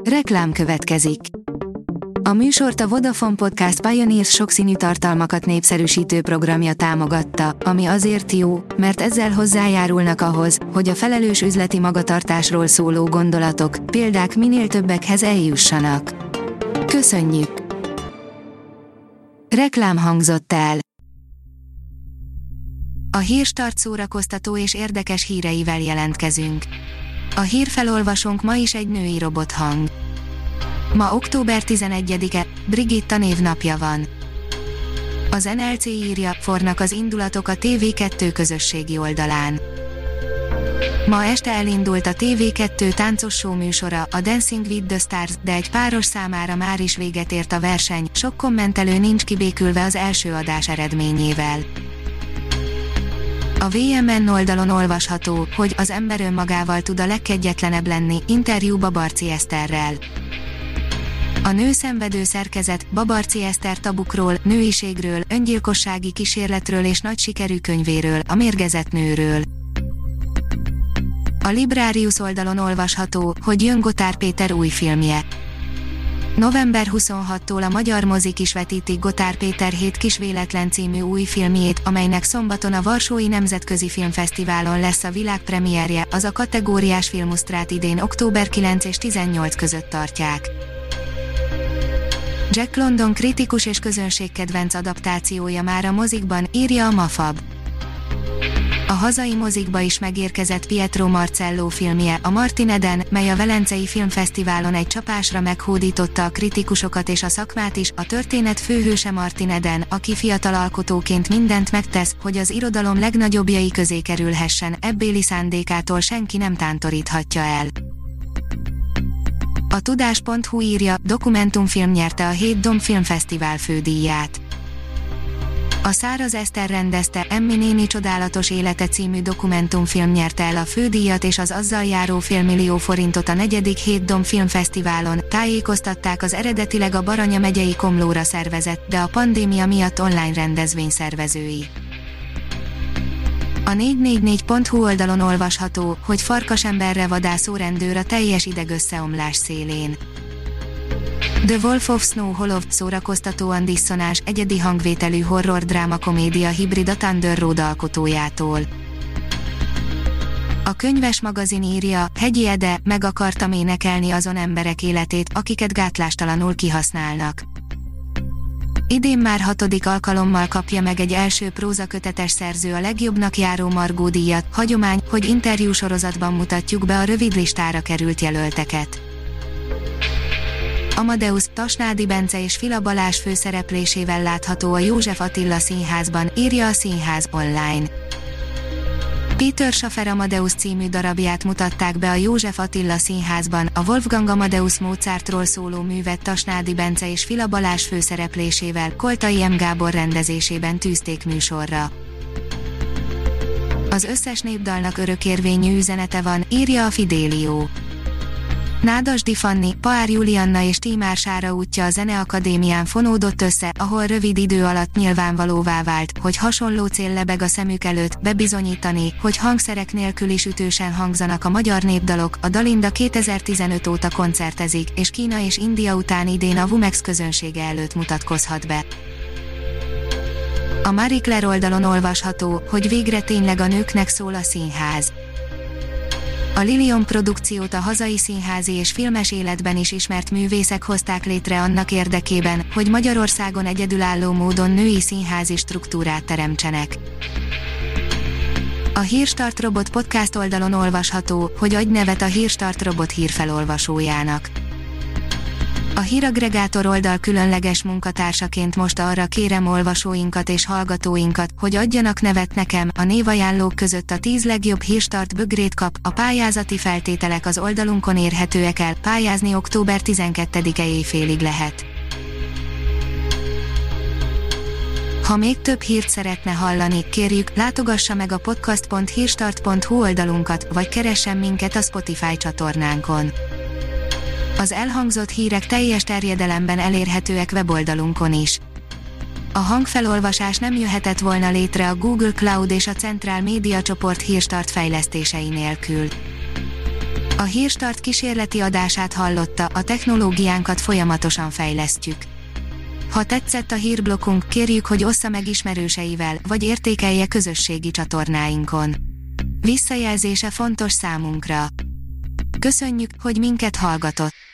Reklám következik. A műsort a Vodafone Podcast Pioneers sokszínű tartalmakat népszerűsítő programja támogatta, ami azért jó, mert ezzel hozzájárulnak ahhoz, hogy a felelős üzleti magatartásról szóló gondolatok, példák minél többekhez eljussanak. Köszönjük! Reklám hangzott el. A Hírstart szórakoztató és érdekes híreivel jelentkezünk. A hírfelolvasónk ma is egy női robothang. Ma október 11-e, Brigitta névnapja van. Az NLC írja, fornak az indulatok a TV2 közösségi oldalán. Ma este elindult a TV2 táncos show műsora, a Dancing with the Stars, de egy páros számára már is véget ért a verseny, sok kommentelő nincs kibékülve az első adás eredményével. A VMN oldalon olvasható, hogy az ember önmagával tud a legkegyetlenebb lenni, interjú Babarczy Eszterrel. A nő szenvedő szerkezet, Babarczy Eszter tabukról, nőiségről, öngyilkossági kísérletről és nagy sikerű könyvéről, a mérgezett nőről. A Librarius oldalon olvasható, hogy jön Gotár Péter új filmje. November 26-tól a magyar mozik is vetítik Gotár Péter 7 kis véletlen című új filmjét, amelynek szombaton a Varsói Nemzetközi Filmfesztiválon lesz a világpremierje, az a kategóriás filmusztrát idén október 9 és 18 között tartják. Jack London kritikus és közönségkedvenc adaptációja már a mozikban, írja a Mafab. A hazai mozikba is megérkezett Pietro Marcello filmje, a Martin Eden, mely a Velencei Filmfesztiválon egy csapásra meghódította a kritikusokat és a szakmát is. A történet főhőse Martin Eden, aki fiatal alkotóként mindent megtesz, hogy az irodalom legnagyobbjai közé kerülhessen, ebbéli szándékától senki nem tántoríthatja el. A tudás.hu írja, dokumentumfilm nyerte a 7 Dom Filmfesztivál fődíját. A Száraz Eszter rendezte, Emmi néni csodálatos élete című dokumentumfilm nyerte el a fődíjat és az azzal járó $5 millió a 4. 7 Dom Filmfesztiválon, tájékoztatták az eredetileg a Baranya megyei Komlóra szervezett, de a pandémia miatt online rendezvény szervezői. A 444.hu oldalon olvasható, hogy farkasemberre vadászó rendőr a teljes idegösszeomlás szélén. The Wolf of Snow Hollow, szórakoztatóan diszonás, egyedi hangvételű horror-dráma komédia hibrid a Thunder Road alkotójától. A Könyves magazin írja, Hegyi Ede, meg akartam énekelni azon emberek életét, akiket gátlástalanul kihasználnak. Idén már 6. alkalommal kapja meg egy első prózakötetes szerző a legjobbnak járó Margó díjat, hagyomány, hogy interjúsorozatban mutatjuk be a rövidlistára került jelölteket. Amadeus, Tasnádi Bence és Fila Balázs főszereplésével látható a József Attila Színházban, írja a Színház online. Péter Schaffer Amadeus című darabját mutatták be a József Attila Színházban, a Wolfgang Amadeus Mozartról szóló művet Tasnádi Bence és Fila Balázs főszereplésével, Koltai M. Gábor rendezésében tűzték műsorra. Az összes népdalnak örökérvényű üzenete van, írja a Fidelio. Nádasdy Fanni, Paar Julianna és Tímár Sára útja a Zeneakadémián fonódott össze, ahol rövid idő alatt nyilvánvalóvá vált, hogy hasonló cél lebeg a szemük előtt, bebizonyítani, hogy hangszerek nélkül is ütősen hangzanak a magyar népdalok. A Dalinda 2015 óta koncertezik, és Kína és India után idén a Vumex közönsége előtt mutatkozhat be. A Marie Claire oldalon olvasható, hogy végre tényleg a nőknek szól a színház. A Lilium produkciót a hazai színházi és filmes életben is ismert művészek hozták létre annak érdekében, hogy Magyarországon egyedülálló módon női színházi struktúrát teremtsenek. A Hírstart Robot podcast oldalon olvasható, hogy adj nevet a Hírstart Robot hírfelolvasójának. A Híraggregátor oldal különleges munkatársaként most arra kérem olvasóinkat és hallgatóinkat, hogy adjanak nevet nekem. A névajánlók között a 10 legjobb Hírstart bögrét kap. A pályázati feltételek az oldalunkon érhetőek el, pályázni október 12-e éjfélig lehet. Ha még több hírt szeretne hallani, kérjük, látogassa meg a podcast.hírstart.hu oldalunkat, vagy keressen minket a Spotify csatornánkon. Az elhangzott hírek teljes terjedelemben elérhetőek weboldalunkon is. A hangfelolvasás nem jöhetett volna létre a Google Cloud és a Centrál Média csoport Hírstart fejlesztései nélkül. A Hírstart kísérleti adását hallotta, a technológiánkat folyamatosan fejlesztjük. Ha tetszett a hírblokkunk, kérjük, hogy ossza meg ismerőseivel, vagy értékelje közösségi csatornáinkon. Visszajelzése fontos számunkra. Köszönjük, hogy minket hallgatott!